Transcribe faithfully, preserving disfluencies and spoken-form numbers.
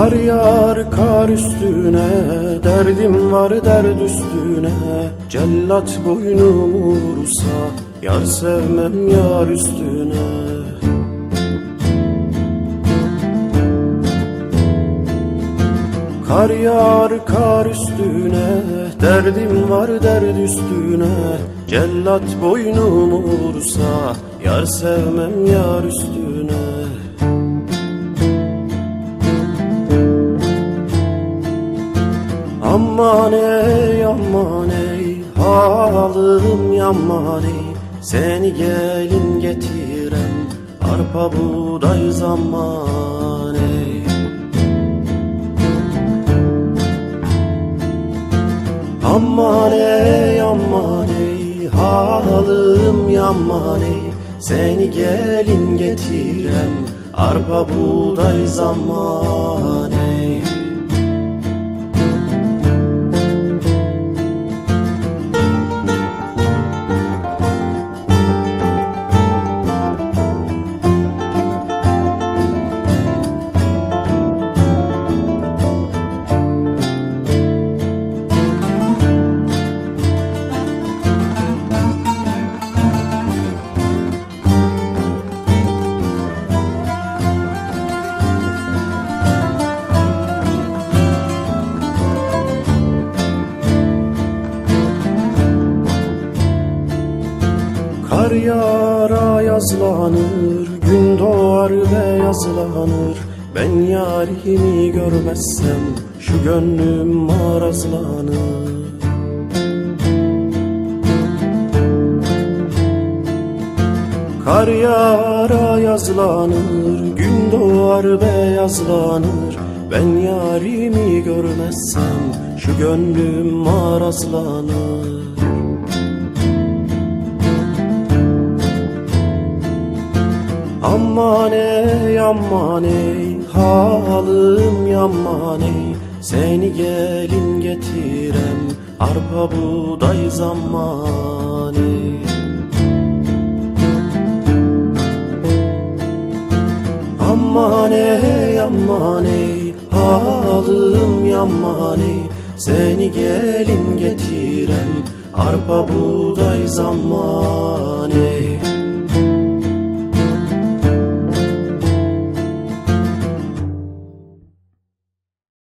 Kar yağar kar üstüne, derdim var derd üstüne. Cellat boynumu vursa, yar sevmem yar üstüne. Kar yağar kar üstüne, derdim var derd üstüne. Cellat boynumu vursa, yar sevmem yar üstüne. Aman ey aman ey, halım yaman ey. Seni gelin getirem, arpa buğday zaman ey. Aman ey aman ey, halım yaman ey. Seni gelin getirem, arpa buğday zaman ey. Kar yağar yazlanır, gün doğar beyazlanır. Ben yarimi görmezsem şu gönlüm marazlanır. Kar yağar yazlanır, gün doğar beyazlanır. Ben yarimi görmezsem şu gönlüm marazlanır. Aman ey aman ey, halım yaman ey. Seni gelin getirem, arpa buğday zaman ey. Aman ey aman ey, halım yaman ey. Seni gelin getirem, arpa buğday zaman.